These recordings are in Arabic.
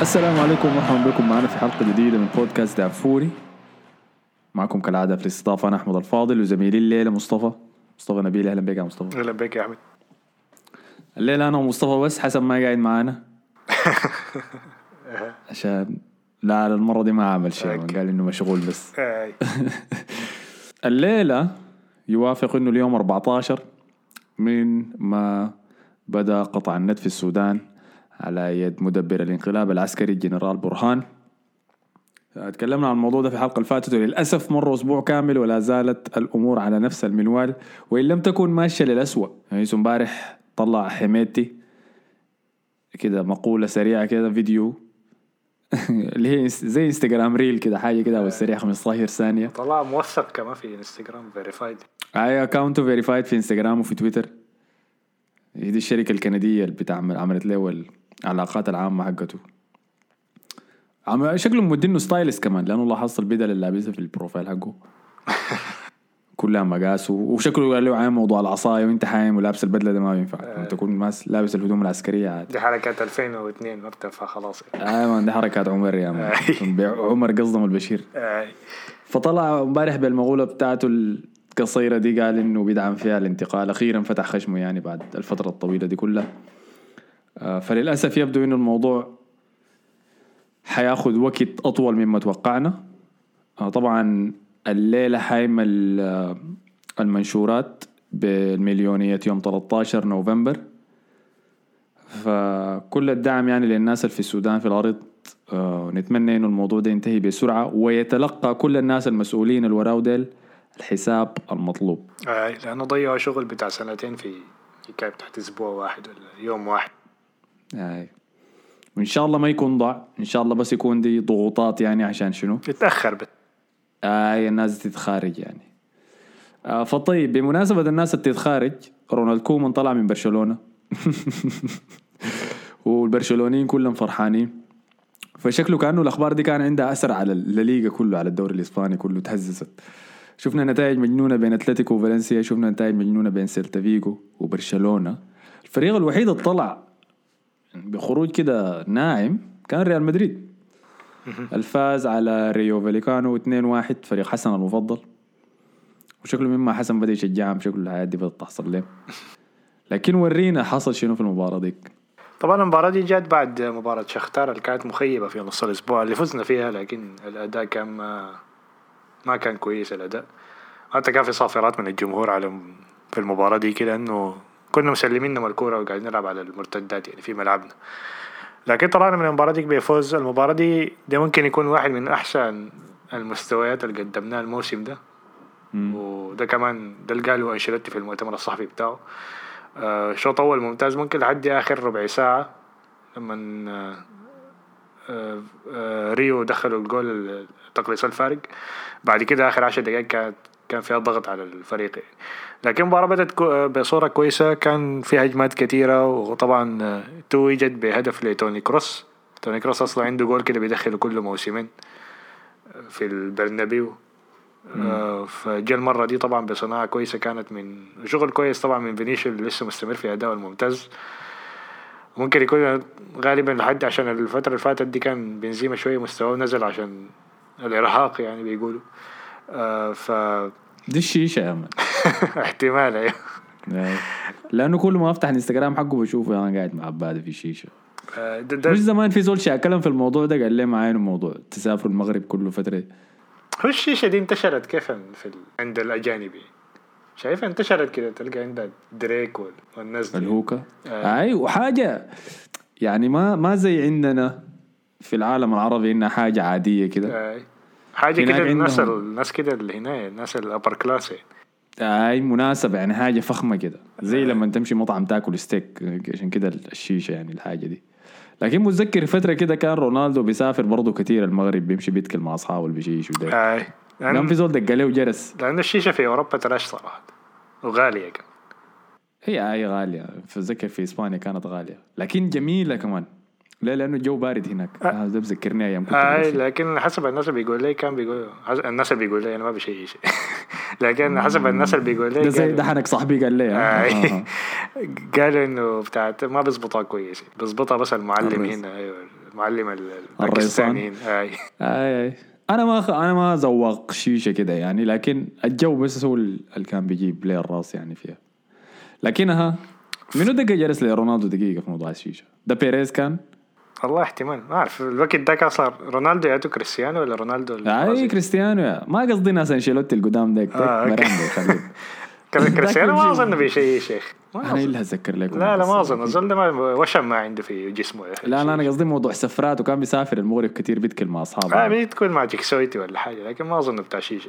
السلام عليكم ومرحبا بكم معنا في حلقة جديدة من بودكاست دافوري. معكم كالعادة في الاستضافة أنا أحمد الفاضل وزميلي الليلة مصطفى نبيل. أهلا بك يا مصطفى. أهلا بك يا أحمد. الليلة أنا ومصطفى بس، حسب ما قاعد معانا عشان لا المرة دي ما عمل شيء، قال إنه مشغول بس. الليلة يوافق إنه اليوم 14 من ما بدأ قطع النت في السودان على يد مدبر الانقلاب العسكري الجنرال برهان. تكلمنا عن الموضوع ده في حلقة الفاتت، وللأسف مر أسبوع كامل ولا زالت الأمور على نفس المنوال، وإن لم تكن ماشية للأسوأ. يعني امبارح طلع حميدتي كده مقولة سريعة كده، فيديو اللي هي زي انستغرام ريل كده، حاجة كده والسريع 15 ثانية. طلع موثق كمان في انستغرام فيريفايد. أي أكاونته فيريفايد في انستغرام وفي تويتر. دي الشركة الكندية اللي بتعمل عملت له العلاقات العامة حقته. شكله مدينه ستايلس كمان، لأنه لاحظت البدل اللي لابسها في البروفايل حقه كلها مقاسه، وشكله قال له عام موضوع العصاية وانت حايم ولابس البدلة ده ما ينفع. انت تكون لابس الهدوم العسكرية عادي. دي حركات 2002 مرتفع خلاص. ما دي حركات عمر يا مان. عمر قصدهم البشير. فطلع امبارح بالمقولة بتاعته القصيرة دي، قال انه بيدعم فيها الانتقال. اخيرا فتح خشمه يعني بعد الفترة الطويلة دي كلها. فللأسف يبدو انه الموضوع حياخد وقت أطول مما توقعنا. طبعا الليلة حايم المنشورات بالمليونية يوم 13 نوفمبر. فكل الدعم يعني للناس اللي في السودان في الأرض. نتمنى إنه الموضوع ده ينتهي بسرعة، ويتلقى كل الناس المسؤولين الوراء ديل الحساب المطلوب. لأنه ضيعوا شغل بتاع سنتين في كيف تحت أسبوع واحد ولا يوم واحد. وإن شاء الله ما يكون ضاع، إن شاء الله بس يكون دي ضغوطات يعني عشان شنو تتأخر بس. الناس تتخارج يعني. فطيب، بمناسبة الناس اللي تتخارج، رونالد كومان طلع من برشلونة والبرشلونيين كلهم فرحانين. فشكله كأنه الأخبار دي كان عندها أثر على الليغا كله، على الدوري الإسباني كله تهززت. شفنا نتائج مجنونة بين أتلتيكو وفالنسيا، شفنا نتائج مجنونة بين سيلتا فيغو وبرشلونة. الفريق الوحيد اللي طلع بخروج كده ناعم كان ريال مدريد. الفاز على ريو فاليكانو 2-1، فريق حسن المفضل. وشكله مما حسن بدأ يشجعهم، شكله الحياة دي بدأت تحصل له. لكن ورينا حصل شنو في المباراة ديك. طبعا المباراة دي جات بعد مباراة شختار اللي كانت مخيبة في نص الأسبوع اللي فزنا فيها، لكن الأداء كان ما كان كويس الأداء. حتى كان في صافرات من الجمهور على في المباراة دي كده إنه كنا مسلمين الكورة وقاعدين نلعب على المرتدات يعني في ملعبنا. لكن طلعنا من المباراة دي بفوز. المباراة دي ممكن يكون واحد من أحسن المستويات اللي قدمناها الموسم ده. وده كمان ده اللي قاله أنشيلوتي في المؤتمر الصحفي بتاعه. شوط أول ممتاز ممكن لحد آخر ربع ساعة لما ريو دخلوا الجول تقليص الفارق. بعد كده آخر 10 دقائق كان فيها ضغط على الفريق. لكن المباراة بدأت بصورة كويسة، كان فيها هجمات كثيرة، وطبعا توجد بهدف لتوني كروس. توني كروس أصلا عنده جول كده بيدخله كل موسمين في البرنابيو. فجاء المرة دي طبعا بصناعة كويسة، كانت من شغل كويس طبعا من فينيسيوس اللي لسه مستمر في أداءه الممتاز. ممكن يكون غالبا لحد عشان الفترة اللي فاتت دي كان بنزيما شوية مستواه نزل عشان الإرهاق يعني بيقولوا. دي الشيشة يا من احتمال ايوه. لأنه كل ما أفتح الانستغرام حقه بشوفه أنا قاعد مع عبادة في الشيشة. مش زمان في زول أكلم في الموضوع ده، قال لي معايا موضوع تسافر المغرب كله فترة. هو الشيشة دي انتشرت كيف عند الأجانب؟ شايف انتشرت كده، تلقى عندها دريك والناس دي الهوكا. وحاجة يعني ما زي عندنا في العالم العربي إنها حاجة عادية كده. حاجة كده الناس كده اللي هنا الناس الأبر كلاس مناسبة يعني، حاجة فخمة كده زي لما تمشي مطعم تاكل ستيك. عشان كده الشيشة يعني الحاجة دي. لكن متذكر فترة كده كان رونالدو بيسافر برضو كتير المغرب، بيمشي بيتكل مع أصحابه البشيش وده. كان في زول دق عليه وجرس. لأن الشيشة في أوروبا تراش صراحة وغالية كمان. هي غالية. فذكر في إسبانيا كانت غالية لكن جميلة كمان. لأنه الجو بارد هناك. ده بذكرني أيام كنت لكن حسب الناس اللي بيقول لي الناس اللي بيقول لي أنا ما بشيء لكن حسب الناس اللي بيقول لي ده حنك صاحبي قال لي قالوا إنه بتاعت ما بيزبطها كويس، بيزبطها بس المعلم هنا. أيوة المعلم الريصان. الباكستاني. اي انا ما زوق شيشه كده يعني، لكن الجو بس هو اللي كان بيجيب لي الراس يعني فيها. لكنها منو دقة جلس لرونالدو دقيقة في موضوع الشيشة ده؟ بيريز كان. الله احتمال ما اعرف الوقت ده كان صار رونالدو ياتو كريستيانو ولا رونالدو اي البرازيلي. كريستيانو يا. ما قصدي ناس انشيلوتي القدام ديك أوكي. برامبي خليك. كريستيانو ما اظن بشيء يا شيخ، ما انا أظن. اللي هتذكر لكم. لا بس ما اظن أكيد. الزول ده وشم ما عنده في جسمه يا أخي. لا انا قصدي موضوع سفرات، وكان بيسافر المغرب كتير بيتكل مع اصحابه. بتكون مع جيكسويتي ولا حاجه، لكن ما اظن بتاع شيشه.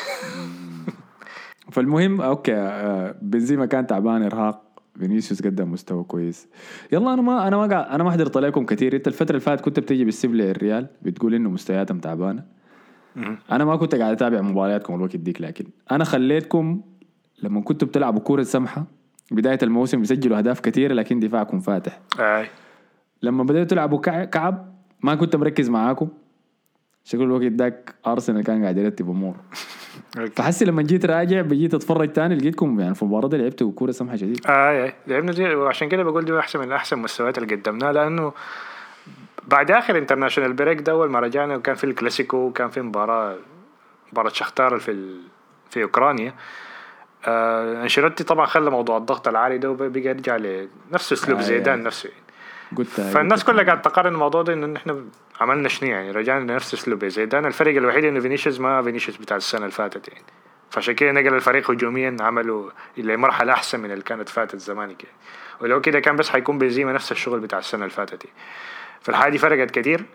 فالمهم اوكي بنزيما كان تعبان ارهاق، فينيسيوس قدم مستوى كويس. يلا انا ما حضرت عليكم كتير. انت الفتره اللي فاتت كنت بتيجي بالسيب للريال بتقول انه مستوياتهم تعبانه. انا ما كنت قاعد اتابع مبارياتكم الوقت ديك، لكن انا خليتكم لما كنتوا بتلعبوا كوره سمحه بدايه الموسم بيسجلوا اهداف كتيره لكن دفاعكم فاتح. لما بدأتوا تلعبوا كعب ما كنت مركز معاكم. شكل الوقت داك ارسنال كان قاعد يرتب امور. فحسي لما جيت راجع بجيت اتفرج تاني لقيتكم يعني في المباراه دي لعبتوا كوره سمحه شديد. لعبنا دي، وعشان كده بقول دي احسن من احسن مستويات اللي قدمناها، لانه بعد اخر انترناشونال بريك ده اول ما رجعنا وكان في الكلاسيكو وكان في مباراه شختار في اوكرانيا. انشيلوتي طبعا خلى موضوع الضغط العالي ده وبقى يرجع لنفس اسلوب زيدان نفسه يعني. فالناس كلها قاعد تقارن الموضوع ده انه احنا عملنا شنو يعني، رجعنا لنفس اسلوب زيدان. الفرق الوحيد انه فينيسيوس ما فينيسيوس بتاع السنه اللي فاتت يعني، فعشان كده نقل الفريق هجوميا عملوا الى مرحله احسن من اللي كانت فاتت زمان كده. ولو كده كان بس حيكون بنزيما نفس الشغل بتاع السنه اللي فاتت. فالحاجه دي فرقت كتير.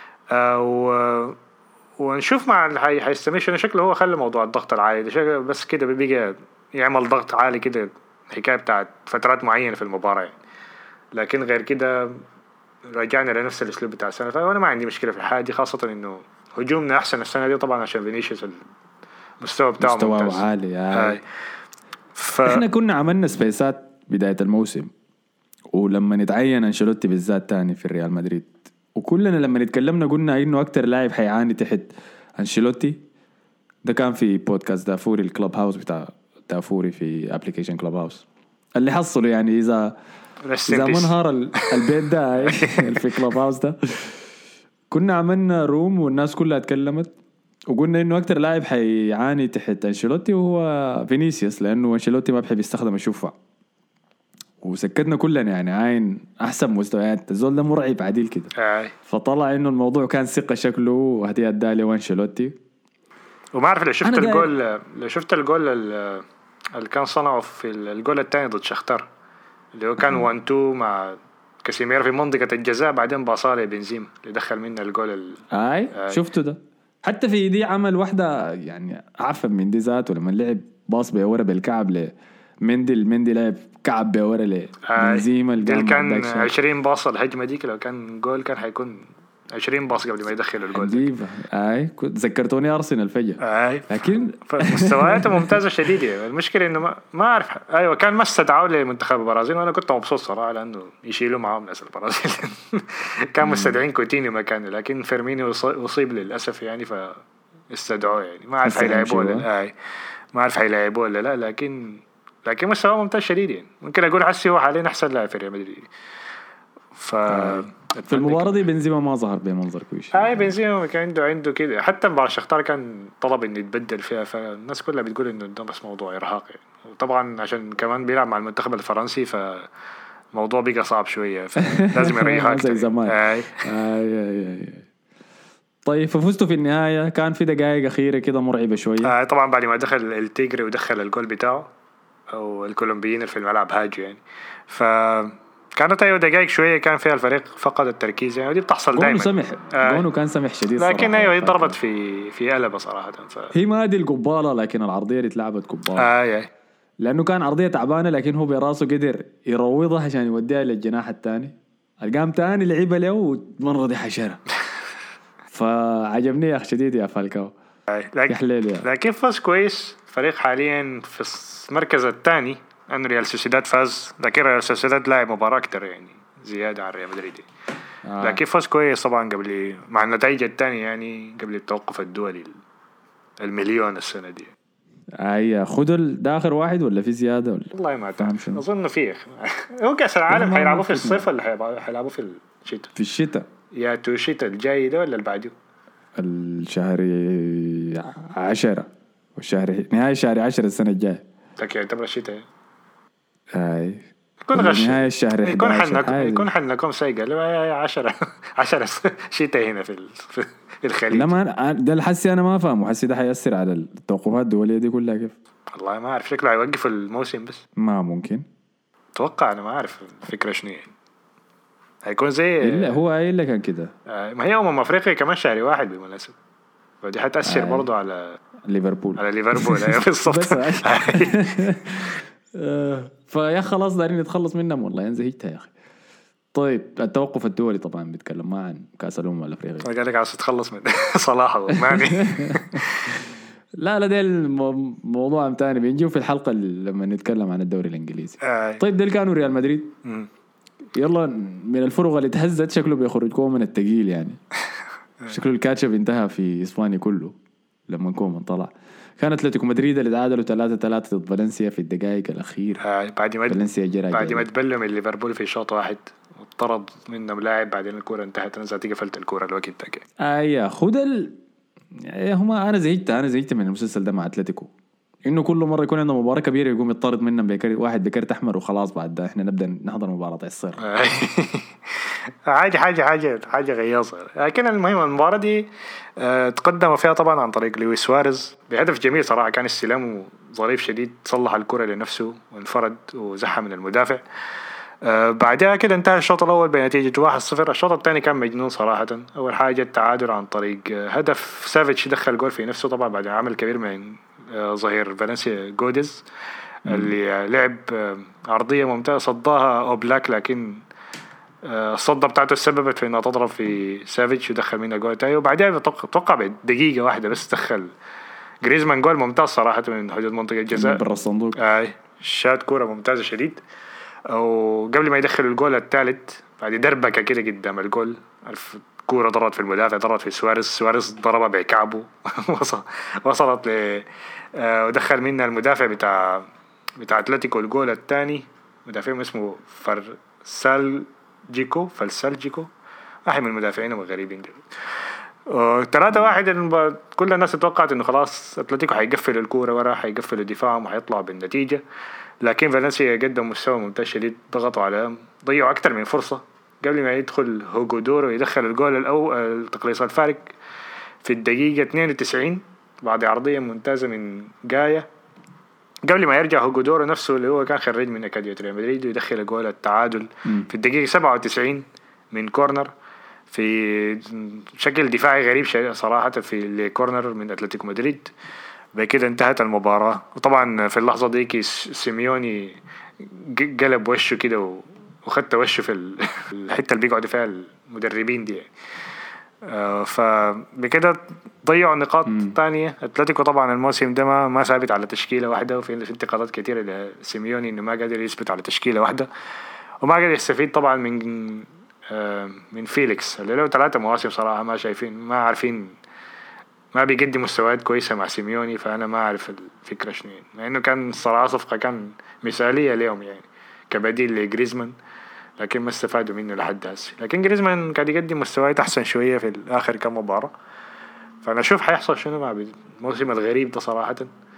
ونشوف مع اللي حيستمر شكله. هو خلى موضوع الضغط العالي ده بس كده بيجي يعمل ضغط عالي كده، حكايه بتاعت فترات معينه في المباراه يعني. لكن غير كده رجعنا لنفس الاسلوب بتاع السنه. فانا ما عندي مشكله في الحاجه دي، خاصه انه هجومنا احسن السنه دي طبعا عشان فينيسيوس المستوى بتاعه ممتاز عالي. احنا كنا عملنا سبيسات بدايه الموسم، ولما نتعين انشيلوتي بالذات تاني في الريال مدريد، وكلنا لما نتكلمنا قلنا انه اكتر لاعب حيعاني تحت انشيلوتي. ده كان في بودكاست دافوري الكلوب هاوس بتاع دافوري في ابليكيشن كلوب هاوس اللي حصله يعني. اذا منهار البيت ده في كلوب هاوس ده كنا عملنا روم والناس كلها اتكلمت وقلنا انه اكتر لاعب حيعاني تحت انشيلوتي وهو فينيسيوس، لانه انشيلوتي ما بحب يستخدم الشوفة. وسكتنا كلنا يعني عين احسن مستويات الزول ده مرعب عديل كده. فطلع انه الموضوع كان ثقة شكله وهدي ادالي وانشيلوتي. وما اعرف لو شفت الجول اللي كان صنعه في الجول الثاني ضد شختار، اللي هو كان 1-2 مع كاسيمير في منطقة الجزاء، بعدين باصالي بنزيم اللي دخل منه الجول شفته ده. حتى في دي عمل واحدة يعني عفن من دي ذاته لما لعب باص بورا بالكعب المندي لعب كعب بورا لبنزيما. دي كان 20 باص الهجمة ديك، لو كان جول كان حيكون 20 باص قبل ما يدخلوا الجول. ذكرتوني أرسنال فجأة. لكن مستوياته ممتازة شديدة. المشكلة إنه ما أعرف. كان ما استدعوا لمنتخب البرازيل، وأنا كنت مبسوط صراحة لأنه يشيلوا معهم ناس البرازيل. كان مستدعين كوتينيو مكانه، لكن فيرمينيو أصيب للأسف يعني فاستدعوه يعني. ما أعرف هيلاعبوه ولا ما أعرف هيلاعبوه ولا لا، لكن مستواه ممتاز شديد يعني. ممكن أقول حسي هو حاليا أحسن لاعب في ريال مدريد. في المباراة دي بنزيما ما ظهر بمنظر كويس. بنزيما كان عنده كده. حتى مباراة شختار كان طلب انه يتبدل فيها، فالناس كلها بتقول انه ده بس موضوع ارهاق يعني. وطبعا عشان كمان بيلعب مع المنتخب الفرنسي فموضوع بقى صعب شوية، لازم يريح اكتر زي زمان. طيب ففزتوا في النهاية، كان في دقائق أخيرة كده مرعبة شوية. طبعا بعد ما دخل التيجري ودخل الجول بتاعه، او الكولومبيين في الملعب هاجوا يعني. كانت دقائق شوية كان فيها الفريق فقد التركيز يعني، ودي بتحصل دائما. جونه كان سمح شديد صراحة. لكن هي ضربت في قلبة صراحة. هي ما دي القبالة، لكن العرضية اللي اتلعبت قبالة. لأنه كان عرضية تعبانة، لكن هو براسه قدر يروضها عشان يوديها للجناح الثاني. القام تاني لعبها له ومرة دي حشرة. فعجبني يا أخ شديد يا فالكاو. لكن فاز كويس. فريق حاليا في المركز الثاني، أن ريال سوسيداد فاز، لكن ريال سوسيداد لاعب مباراة أكتر يعني زيادة عن ريال مدريد. لكن فاز كويس طبعا قبل مع النتائج الثانية يعني، قبل التوقف الدولي المليون السنة دي. خدوا ده آخر واحد ولا في زيادة ولا؟ والله ما تعرف. أظن فيه. هو كأس العالم حيلعبوا في الصيف ولا حيلعبوا في الشتاء؟ في الشتاء. يا توشيتا الجاي ده ولا اللي بعده؟ الشهر 10 والشهر نهاية شهر 10 السنة الجاية. لكن يعتبر الشتاء هاي يكون ولا غش، نهاية الشهر يكون 11 حنكم هاي. يكون حنكم سايقة لو 10 10 شتاء هنا في الخليج. لما ده الحسي أنا ما فاهمه، حسي ده حيأثر على التوقفات الدولية دي كلها كيف؟ والله ما أعرف، شكله هيوقف الموسم بس. ما ممكن. أتوقع، أنا ما أعرف الفكرة شنو يعني. هيكون زي إلا هو قايل لك كده. ما هي أفريقيا كمان شهر 1 بالمناسبة، فدي حتأثر برضو على ليفربول. ليفربول. أيوة بالضبط. بس فيا خلاص دارين نتخلص منهم والله، يعني زهقتها يا أخي. طيب التوقف الدولي طبعا بيتكلم ما عن كأس الأمم الأفريقية. قال لك عايز تتخلص من صلاح وماني. لا ده الموضوع تاني بنجيو في الحلقة لما نتكلم عن الدوري الإنجليزي. طيب ده كانوا ريال مدريد. يلا من الفرق اللي تهزت شكله بيخرج كومن التقيل يعني. شكله الكاتشب انتهى في إسبانيا كله لما كومن طلع. كان أتلتيكو مدريد اللي تعادلوا 3-3 ضد فالنسيا في الدقائق الأخيرة. بعد ما فالنسيا جرى بعد ما تبلوا من ليفربول في شوط واحد وطرد منهم لاعب، بعدين الكرة انتهت، انا ذاتي قفلت الكرة الوقت ده. يا خد هما انا زهقت من المسلسل ده مع اتلتيكو، انه كل مره يكون عنده مباراه كبيره يقوم يطرد منهم واحد بكرت احمر وخلاص، بعد ده احنا نبدا نحضر مباراه الصير. حاجه غياصه. لكن المهم المباراه دي تقدم فيها طبعا عن طريق لويس سواريز بهدف جميل صراحه، كان استلامه ظريف شديد، صلح الكرة لنفسه وانفرد وزحها من المدافع. بعدها كده انتهى الشوط الأول بنتيجة 1-0. الشوط الثاني كان مجنون صراحة. أول حاجة التعادل عن طريق هدف سافيتش دخل جول في نفسه طبعا بعد عمل كبير من ظهير فالنسيا جوديز اللي لعب عرضية ممتازة صداها أوبلاك، لكن الصدة بتاعته سببت في انها تضرب في سافيتش ودخل منها جول تاني. وبعدها اتوقع بدقيقة واحدة بس دخل جريزمان جول ممتاز صراحة من حدود منطقة الجزاء برا الصندوق. شات كرة ممتازة شديد. وقبل ما يدخل الجول الثالث بعد دربكة كده قدام الجول، الكورة ضربت في المدافع، ضربت في سواريز ضربها بكعبه وصلت ل ودخل منها المدافع بتاع اتلتيكو الجول الثاني. مدافع اسمه فالسالجيكو واحد من المدافعين الغريبين دول. 3-1 كل الناس اتوقعت انه خلاص اتلتيكو حيقفل الكورة ورا، حيقفل الدفاع وحيطلع بالنتيجة، لكن فالنسيا قدم مستوى ممتاز شديد، ضغطوا عليهم، ضيعوا أكثر من فرصة قبل ما يدخل هوغو دورو يدخل الجول الأول تقليص الفارق في الدقيقة 92 بعد عرضية ممتازة من جاية، قبل ما يرجع هوغو دورو نفسه اللي هو كان خريج من أكاديمية ريال مدريد ويدخل الجول التعادل في الدقيقة 97 من كورنر في شكل دفاعي غريب صراحة في الكورنر من أتلتيكو مدريد. بكده انتهت المباراة. وطبعا في اللحظة دي سيميوني قلب وشه كده وخدت وشه في الحتة اللي بيقعد فيها المدربين دي. فبكده ضيعوا نقاط تانية. اتلتيكو طبعا الموسم ده ما ثابت على تشكيلة واحدة، وفي انتقادات كتيرة لسيميوني انه ما قادر يثبت على تشكيلة واحدة وما قادر يستفيد طبعا من فيليكس اللي له 3 مواسم صراحة ما شايفين ما عارفين ما بيقدم مستويات كويسة مع سيميوني. فأنا ما أعرف الفكرة شنو، مع إنه كان صراحة صفقة كان مثالية اليوم يعني كبديل لجريزمان، لكن ما استفادوا منه لحد هسه. لكن جريزمان قاعد يقدم مستويات أحسن شوية في الآخر كم مباراة. فأنا أشوف حيحصل شنو مع الموسم الغريب ده صراحة.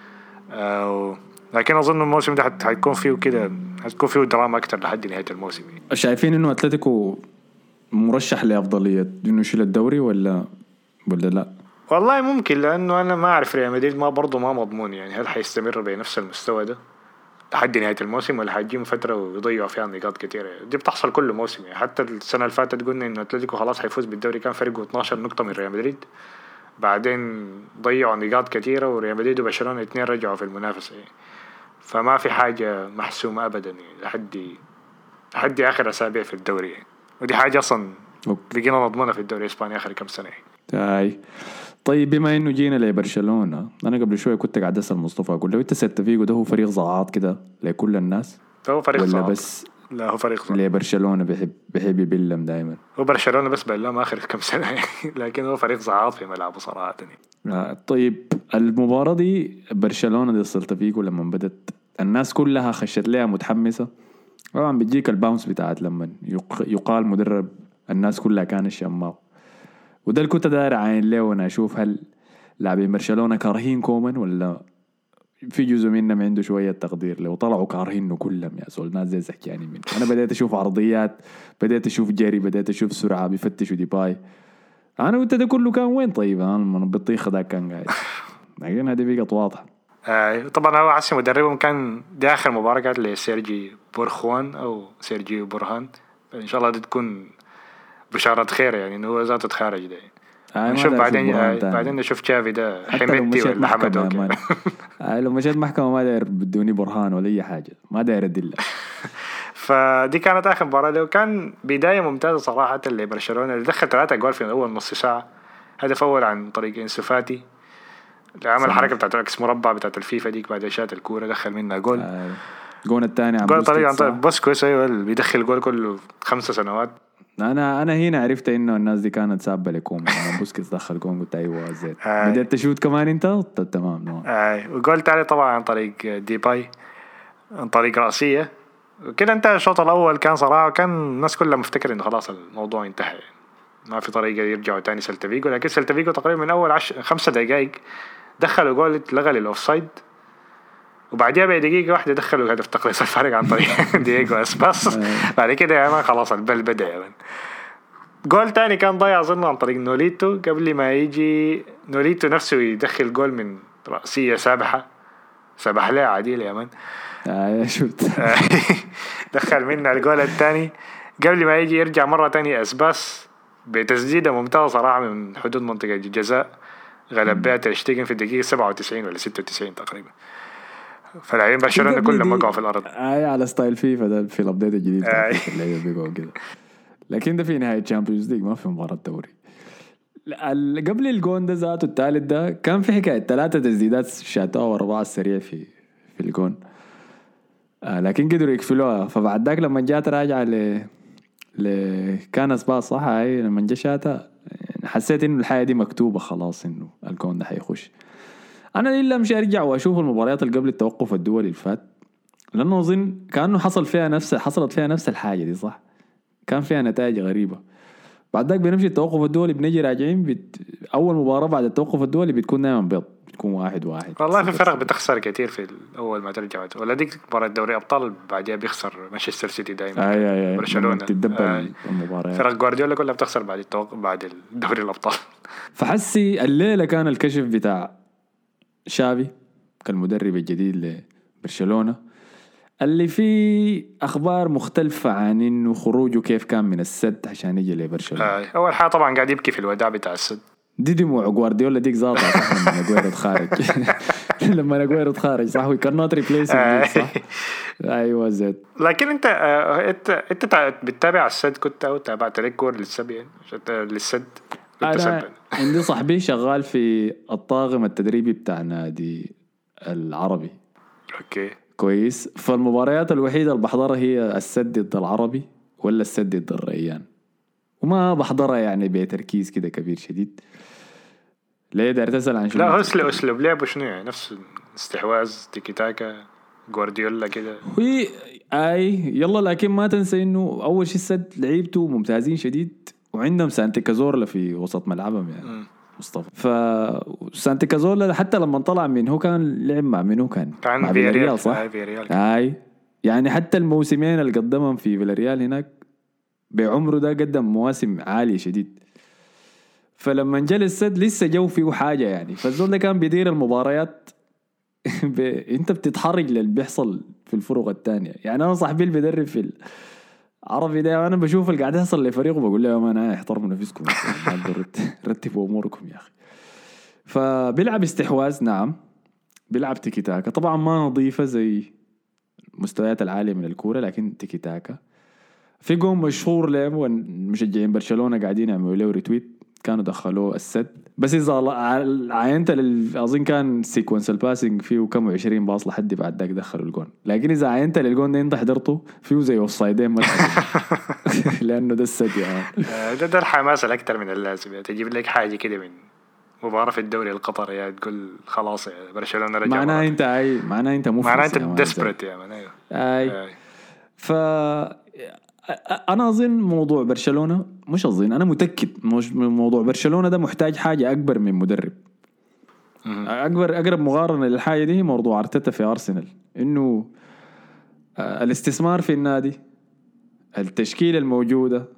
لكن أظن الموسم ده حيكون فيه كده، حتكون فيه دراما أكتر لحد نهاية الموسم. شايفين إنه أتلتيكو مرشح لأفضلية إنه يشيل الدوري ولا لا؟ والله ممكن، لأنه أنا ما أعرف ريال مدريد برضو ما مضمون يعني هل حيستمر بنفس المستوى ده لحد نهاية الموسم ولا حيجيهم فترة ويضيعوا فيها نقاط كتيرة. دي بتحصل كل موسم يعني. حتى السنة اللي فاتت قلنا إنه أتلتيكو خلاص حيفوز بالدوري، كان فرقه 12 نقطة من ريال مدريد، بعدين ضيعوا نقاط كتيرة وريال مدريد وبرشلونة 2 رجعوا في المنافسة يعني. فما في حاجة محسومة أبدا يعني لحد آخر أسابيع في الدوري يعني. ودي حاجة أصلا بقينا نضمنها في الدوري الإسباني آخر كم سنة يعني. طيب بما إنه جينا لبرشلونة، أنا قبل شوية كنت قاعد أسأل مصطفى أقول له أنت سيلتا فيجو ده هو فريق زعاط كده لكل الناس هو فريق ولا زعاط؟ بس لا هو فريق زعاط. برشلونة بيحب يبلم دائما. هو برشلونة بس بلم آخر كم سنة يعني. لكن هو فريق زعاط في ملعبه صراحة يعني. طيب المباراة دي برشلونة دي سيلتا فيجو لما بدت الناس كلها خشت لها متحمسة. طبعا بتجيك الباونس بتاعت لما يقال مدرب الناس كلها كانت شماو. وده اللي كنت داير عين له وانا اشوف هل لاعبين برشلونة كارهين كومان ولا في جزء منهم عنده شوية تقدير له وطلعوا كارهينه كلهم يا سول. ناس زي زكياني منه. انا بديت اشوف عرضيات، بديت اشوف جري، بديت اشوف سرعة بيفتشوا ديباي. انا قلت ده كله كان وين؟ طيب انا من البطيخة ده كان قاعد، لكن هذه بقت واضحة. طبعا هو حسي مدربهم كان دي آخر مباراة كانت لسيرجي بورخوان أو سيرجي بورهان. فإن شاء الله دي تكون بشارة خير يعني إنه هو ذاته تخارج ده. نشوف بعدين بعدين نشوف تشافي ده حميتي ولا حمدوك. لو مشيت محكمة ما داير بدوني برهان ولا أي حاجة، ما داير أدلة. فدي كانت آخر مباراة له. كان بداية ممتازة صراحة لبرشلونة اللي دخل 3 أجوال في أول نص ساعة. هدف أول عن طريق إنسو فاتي اللي عمل حركة بتاعت العكس مربع بتاعت الفيفا ديك بعد شات الكورة دخل منها جول. جول الثاني عن بوسكيتس أيوة اللي بيدخل جول كله 5 سنوات. انا هنا عرفت انه الناس دي كانت سابه لكم لما بوسكيتس دخل جول قلت ايوه زين. بدأت تشوت كمان انت تمام. وجول تاني طبعا عن طريق ديباي عن طريق رأسية. وكده انتهى الشوط الأول. كان صراحة كان الناس كلها مفتكر إنه خلاص الموضوع انتهى، ما في طريقة يرجعوا تاني سيلتا فيجو. لكن سيلتا فيجو تقريبا من أول 5 دقائق دخلوا جول اتلغى للأوفسايد، وبعدها بدقيقة واحدة دخلوا هدف تقليص الفارق عن طريق دييغو أسباس. بعد كده يا مان خلاص البل بدأ يا مان. جول تاني كان ضيع أظن عن طريق نوليتو قبل ما يجي نوليتو نفسه يدخل جول من رأسية سابح لها عديل يا مان. شفت دخل منها الجول الثاني قبل ما يجي يرجع مرة تانية أسباس بتسديدة ممتازة صراحة من حدود منطقة الجزاء غلب بها تير شتيجن في الدقيقة 97 ولا 96 تقريبا. فلاعبين برشلونة كلهم وقعوا في الأرض. على ستايل فيفا ده في الأبديت الجديد اللي بيقعوا كده. لكن ده في نهاية تشامبيونز ليج ما في مباراة دوري. قبل الجون ده ذاته الثالث ده كان في حكاية 3 تسديدات شاتوها ورا بعض سريع في الجون. لكن قدروا يقفلوها. فبعد ذاك لما جات راجعة كان أسباس صح هاي لما جا شاتها حسيت إنه الحياة دي مكتوبة خلاص إنه الجون ده حيخش. أنا إلا مش أرجع وأشوف المباريات اللي قبل التوقف الدولي اللي فات لأنه أظن كأنه حصلت فيها نفس الحاجة دي صح. كان فيها نتائج غريبة. بعد ذاك بنمشي التوقف الدولي بنجي راجعين أول مباراة بعد التوقف الدولي بتكون دائما بيض بتكون 1-1. والله في فرق بتخسر كتير في أول ما ترجع ولا ديك مباراة دوري أبطال بعدها بيخسر مانشستر سيتي دائما. برشلونة المباراة فرق جوارديولا كلها بتخسر بعد الدوري الأبطال. فحسي الليلة كان الكشف بتاع شافي كالمدرب الجديد لبرشلونة اللي فيه أخبار مختلفة عن إنه خروجه كيف كان من السد عشان يجي لبرشلونة. أول حاجة طبعا قاعد يبكي في الوداع بتاع السد. دي دموع جوارديولا ديك زاطة لما نجويرو خارج. لما نجويرو خارج صح we cannot replace him صح. أيوة زيد. لكن أنت بتتابع السد كنت أو تابعت ريكورد للسد يعني للسد. أنا عندي صاحبي شغال في الطاقم التدريبي بتاع نادي العربي. أوكي كويس. فالمباريات الوحيدة اللي بحضرها هي السد ضد العربي ولا السد ضد الريان. وما بحضرها يعني بتركيز كده كبير شديد. ليه داير تسأل عن شنو؟ لا أسلوب لعبه شنو يعني نفس استحواذ تيكي تاكا جوارديولا كده. يلا لكن ما تنسى إنه أول شيء السد لعيبته ممتازين شديد وعندهم سانتي كازورلا في وسط ملعبهم يعني مصطفى. فسانتي كازورلا حتى لما طلع من هو كان لعب مع منو كان مع فيلاريال صح. يعني حتى الموسمين اللي قدمهم في فيلاريال هناك بعمره ده قدم مواسم عالية شديد. فلما جاء السد لسه جو فيه حاجة يعني. فالزول ده كان بيدير المباريات انت بتتحرج للي بيحصل في الفرق التانية. يعني انا صاحبي اللي بيدرب في العربي ده انا بشوف اللي قاعد يحصل لفريقه بقول له يا مان احترموا نفسكم رتبوا اموركم يا اخي. فبيلعب استحواذ نعم بيلعب تيكي تاكا طبعا ما نظيفة زي مستويات العالية من الكورة لكن تيكي تاكا. في جون مشهور له ومشجعين برشلونة قاعدين يعملوا له ريتويت كانوا دخلوه السد. بس إذا عينت أظن كان سيكونس الباسنج فيه كم 20 باص لحد بعد ذاك دخلوا الجون. لكن إذا عينت للجون ده أنت حضرته فيه زي أوفسايدين لأنه ده السد يعني. ده الحماس الأكثر من اللازم يعني. تجيب لك حاجة كده من مباراة في الدوري القطري يعني تقول خلاص يعني برشلونة رجع. معناه أنت مفلس. ديسبريت يا مان. ف انا اظن موضوع برشلونة، مش اظن، انا متأكد مش موضوع برشلونة ده محتاج حاجة اكبر من مدرب. اقرب مقارنة للحاجة دي هي موضوع ارتيتا في ارسنال، انه الاستثمار في النادي، التشكيلة الموجودة،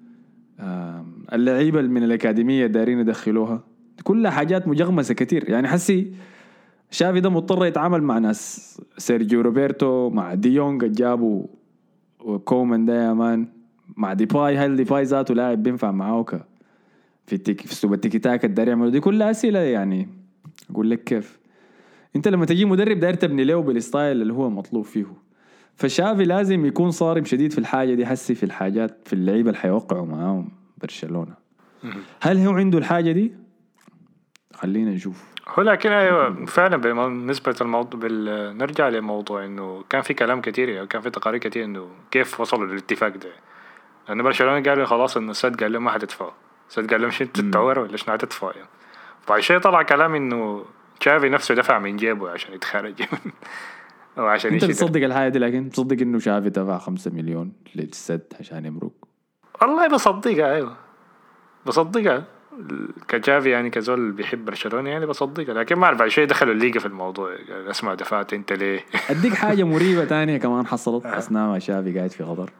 اللعيبة من الأكاديمية دارين يدخلوها، كلها حاجات مجغمسة كتير. يعني حسي شافي ده مضطر يتعامل مع ناس سيرجيو روبرتو، مع ديونج جابوا، وكومان ده يا مان، مع ديباي. هل ديباي ذاته لاعب بينفع معاه في اسلوب التيكي تاكا الداري يعملوا؟ دي كلها أسئلة. يعني أقول لك كيف أنت لما تجي مدرب داير تبني له بالستايل اللي هو مطلوب فيه، فشافي لازم يكون صارم شديد في الحاجة دي. حسي في الحاجات في اللعيبة اللي حيوقعوا معاهم برشلونة، هل هو عنده الحاجة دي؟ خلينا نشوف. هو لكن ايوه فعلا بالنسبه للموضوع نرجع لموضوع انه كان في كلام كتير، يعني كان في تقارير كتير انه كيف وصلوا للاتفاق ده. لأن برشلونة قالوا خلاص إنه السد قال لهم ما حتدفعوا، السد قال لهم شو تدفعوا ولا شنو هتدفعوا يعني. بعد شيء طلع كلام إنه تشافي نفسه دفع من جيبه عشان يتخرج أو عشان انت يشتري. بتصدق الحاجة دي؟ لكن بتصدق انه شافي دفع 5 مليون للسد عشان يمرق؟ والله بصدقها، أيوه بصدقها كجافي، يعني كزول بيحب برشلونة يعني بصدقها. لكن ما أعرف شيء دخلوا الليجا في الموضوع، يعني أسمع دفعت أنت ليه. اديك حاجة مريبة تانية كمان حصلت أثناء ما شافي قاعد في قطر.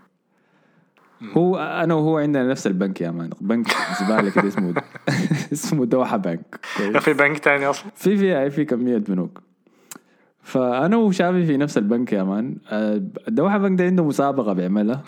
هو أنا وهو عندنا نفس البنك يا مان، بنك زبالة كده اسمه اسمه دوحة بنك. في بنك تاني أصلا، في كمية بنوك. فأنا وشافي في نفس البنك يا مان. الدوحة بنك ده عنده مسابقة بيعملها،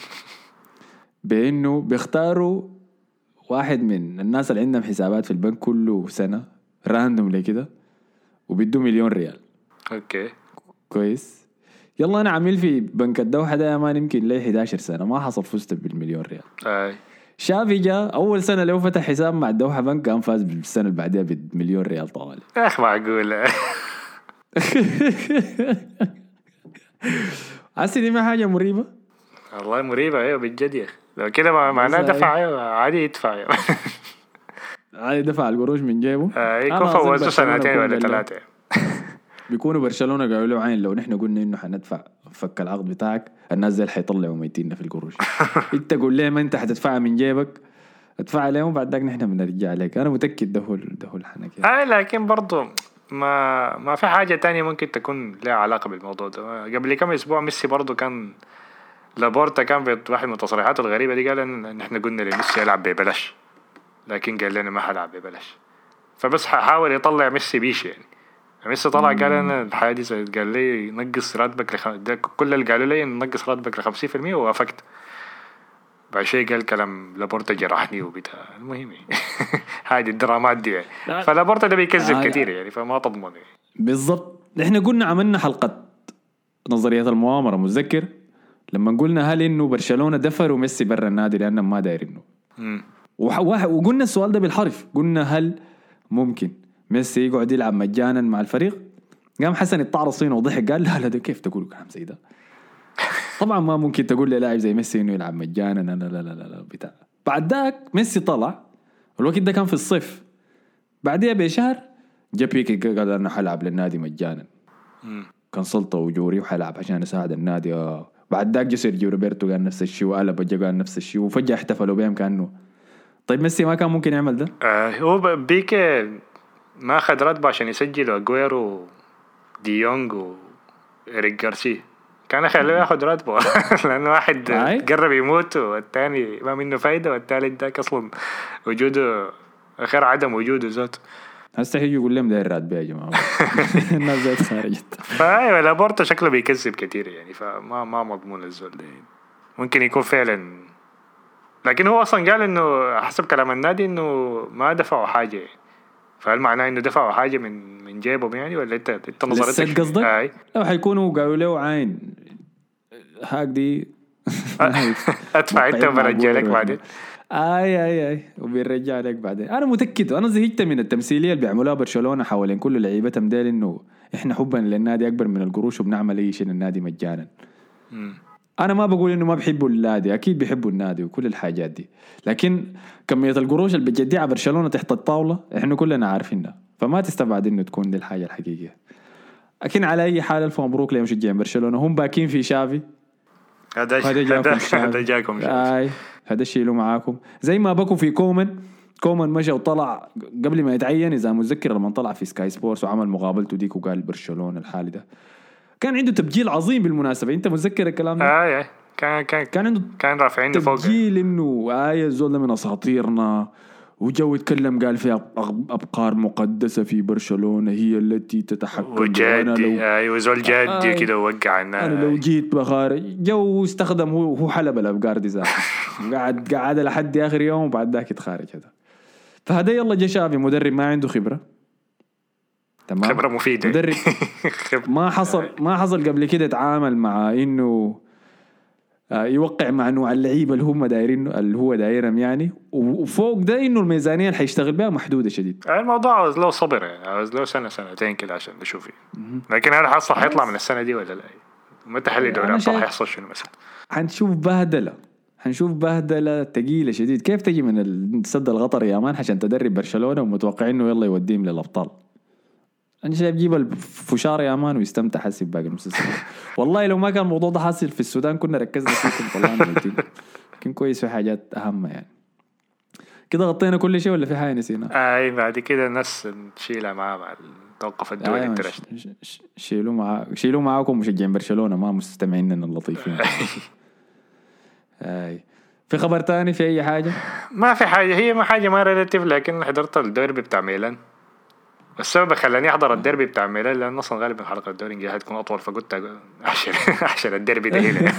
بأنه بيختاروا واحد من الناس اللي عندهم حسابات في البنك كله سنة راندوم لي كده، وبيدوا 1,000,000 ريال. أوكي كويس. يلا أنا عامل في بنك الدوحة ده يا مان يمكن لي 11 سنة ما حصل فزت ب1,000,000 ريال. أي شافي جاء أول سنة لو فتح حساب مع الدوحة بنك قام فاز بالسنة اللي بعدها ب1,000,000 ريال طوالي. أخ معقول. عسي دي ما حاجة مريبة. والله مريبة أيوه بالجد يا أخي. لو كده معناه دفع أيوه عادي يدفع يعني. عادي دفع القروش من جيبه. يكون فوزوا سنتين ولا 3. بيكونوا برشلونة قالوا له عين لو نحن قلنا إنه حندفع فك العقد بتاعك الناس زي حيطلعوا ميتين في القروش. أنت قول لهم أنت حتدفعها من جيبك، ادفع لهم بعد ذاك نحن بنرجع لك. أنا متأكد ده هو الحنكة. لكن برضو ما في حاجة تانية ممكن تكون لها علاقة بالموضوع ده. قبل كم أسبوع ميسي برضو كان لابورتا كان في واحد من التصريحات الغريبة دي قال إن إحنا قلنا لميسي يلعب ببلاش، لكن قال لنا ما حلعب ببلاش. فبس حاول يطلع ميسي بيش يعني. ميسي طلع قال أنا الحاجة دي قال لي نقص راتبك كل اللي قالوا لي نقص راتبك 50% ووافقت. بعد شيء قال كلام لابورتا جرحني وبتاع. المهم هذه الدرامات دي يعني. فلابورتا ده بيكذب كتير يعني، فما تضمن يعني. بالضبط. احنا قلنا عملنا حلقة نظرية المؤامرة، متذكر لما قلنا هل انه برشلونة دفروا ميسي برا النادي لانهم ما دايرينه؟ وقلنا السؤال ده بالحرف، قلنا هل ممكن ميسي يقعد يلعب مجانا مع الفريق؟ قام حسن الطعرص فينا وضحك قال لا ده كيف تقول كلام زي ده؟ طبعا ما ممكن تقول للاعب زي ميسي انه يلعب مجانا. لا بتاع. بعد ذاك ميسي طلع الوقت ده كان في الصيف، بعدها بشهر جا بيكي قال انا حلعب للنادي مجانا، كان سلطة وجوري وحلعب عشان اساعد النادي. بعد ذاك جا سيرجيو روبرتو قال نفس الشيء، وقلب جا قال نفس الشيء، وفجأة احتفلوا بهم كأنه. طيب ميسي ما كان ممكن يعمل ده؟ هو بيكي ما أخذ راتبه عشان يسجلوا أجويرو ديونج وإريك غارسيا، كان خلوه ياخد راتبه. لأنه واحد قرب يموت والتاني ما منه فايدة، والتالت داك أصلا وجوده خير عدم وجوده ذاته. هسه هيجي يقول لهم ده الراتب يا جماعة. الناس ذات خارجت. فأيوة لابورتا شكله بيكذب كتير يعني، فما مضمون الزول ده. ممكن يكون فعلا، لكن هو أصلا قال إنه حسب كلام النادي إنه ما دفعوا حاجة. فهل معناه إنه دفعوا حاجة من جيبهم يعني، ولا أنت نظرتك قصدك؟ لو حيكونوا قالوا له عين هاك دي أدفع أنت وبرجع لك بعدين. اي وبيرجع لك بعدين. انا متاكد، انا زهقت من التمثيليه اللي بيعملوها برشلونه حوالين كل لعيبتهم ديل، انه احنا حبا للنادي اكبر من القروش وبنعمل اي شيء للنادي مجانا. انا ما بقول انه ما بيحبوا النادي، اكيد بيحبوا النادي وكل الحاجات دي، لكن كميه القروش اللي بتجديها برشلونه تحت الطاوله احنا كلنا عارفينها، فما تستبعد انه تكون دي الحاجه الحقيقيه. لكن على اي حال الف مبروك لمشجعين برشلونه، هم باكين في شافي هذا جاكم هذا جاكم هذا شيلوا معاكم زي ما بكوا في كومان مشى وطلع قبل ما يتعين إذا متذكر لما طلع في سكاي سبورتس وعمل مقابلته ديك وقال برشلونة الحالي ده كان عنده تبجيل عظيم بالمناسبة. أنت متذكر الكلام ده؟ كان رافعين فوق تبجيل إنه الزول من أساطيرنا وجو يتكلم قال فيها أبقار مقدسة في برشلونة هي التي تتحكم وجادي وزول جادي كده وقع أنا لو جيت بخارج جو استخدم هو حلب الأفكار دي ذاته قاعد لحد آخر يوم وبعد ذاك يتخارج هذا. فهذا يلا جا شافي مدرب ما عنده خبرة تمام خبرة مفيدة مدرب ما حصل قبل كده تعامل مع إنه يوقع مع نوع اللعيبه اللي هم دايرين اللي هو دايرهم يعني وفوق ده انه الميزانيه اللي حيشتغل بها محدوده شديد. الموضوع عاوز له صبر يعني عاوز له سنتين كده عشان نشوف لكن هل حصل حيطلع من السنه دي ولا لا؟ متى حل دوري ابطال حيحصل شنو مثلا؟ حنشوف بهدله ثقيله شديد. كيف تجي من السد الغطري يا مان عشان تدرب برشلونه ومتوقعين انه يلا يوديهم للابطال؟ أنا شايف جيب الفشار يا مان ويستمتع حسي باقي المسلسل. والله لو ما كان الموضوع ده حاصل في السودان كنا ركزنا فيه طلعنا قلتين كان كويس في حاجات أهم يعني. كده غطينا كل شيء ولا في حاجة نسينا؟ بعد كده الناس نشيلها مع توقف الدوري الترشد. شيلوا معاكم مشجعين برشلونة ما مستمعيننا اللطيفين. في خبر تاني في أي حاجة؟ ما في حاجة هي ما حاجة ما ريلاتيف لكن حضرت الدوري بتاع ميلان. السبب خلاني احضر الديربي بتاع ميلان لان اصلا غالبا حلقه الدوري الجاي هتكون اطول فقلت عشان الديربي ده هنا.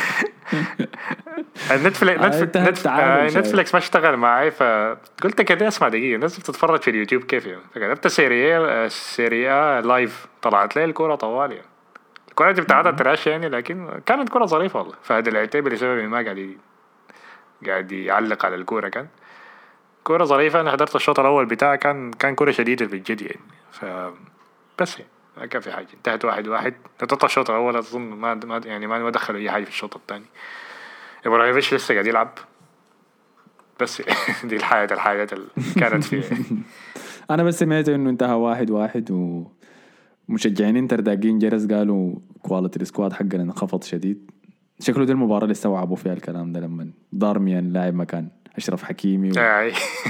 نتفليكس ما اشتغل معي فقلت كده اسمع دقيقه الناس بتتفرج في اليوتيوب كيف يعني فكتبت سيريا لايف طلعت لي الكوره طوالي الكوره دي بتاعتها تراش يعني لكن كانت كوره ظريفه والله. فهذا العتاب بسبب ما قاعد يعلق على الكوره كان كورة ظريفة. أنا حضرت الشوط الأول بتاعه كان كورة شديدة بالجد يعني بس ما كان في حاجة انتهت 1-1. نتطلع الشوط الأول أظن ما دخلوا أي حاجة في الشوط الثاني. إبراهيموفيتش لسه قاعد يلعب بس دي الحياة اللي كانت فيه. أنا بس سمعت إنه انتهى 1-1 ومشجعين إنتر داقين جرس قالوا كواليتي السكواد حقنا انخفض شديد. شكله دي المباراة اللي استوعبوا فيها الكلام ده لما دارميان لاعب مكان أشرف حكيمي ما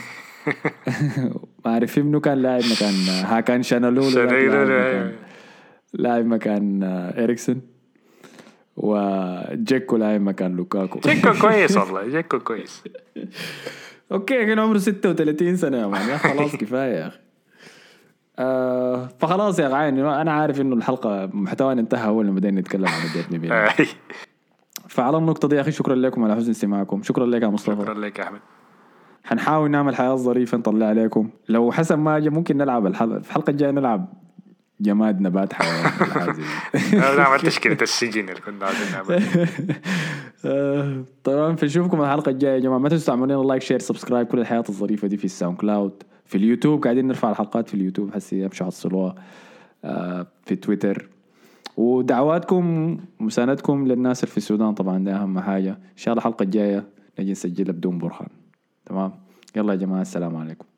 أعرف منو كان لاعب مكان هاكان شانالولو لاعب مكان إريكسن وجيكو لاعب مكان لوكاكو. جيكو كويس والله جيكو كويس. أوكي كان عمره 36 سنة يا مان يا خلاص كفاية يا أخي. فخلاص يا عيني أنا عارف إنه الحلقة محتوانا انتهى أول لما بدينا نتكلم عن الديربي ميلان. فعلى النقطة دي يا أخي شكرا لكم على حسن استماعكم. شكرا لك يا مصطفى. شكرا لك يا أحمد. حنحاول نعمل حياة ظريفة نطلع عليكم لو حسن ما جاء ممكن نلعب الحلقة الجاية نلعب جماد نبات حيوان. نعمل تشكيلة السجن اللي كنا عايزين نعمل. طبعا فنشوفكم الحلقة الجاية يا جماعة. ما تنسوا تعملون لايك شير سبسكرايب كل الحياة الظريفة دي في الساوند كلاود في اليوتيوب قاعدين نرفع الحلقات في اليوتيوب حسي يمشوا حصلوها في تويتر. ودعواتكم ومساندتكم للناس اللي في السودان طبعا ده أهم حاجة. إن شاء الله الحلقة الجاية نجي نسجلها بدون برهان. تمام يلا يا جماعة السلام عليكم.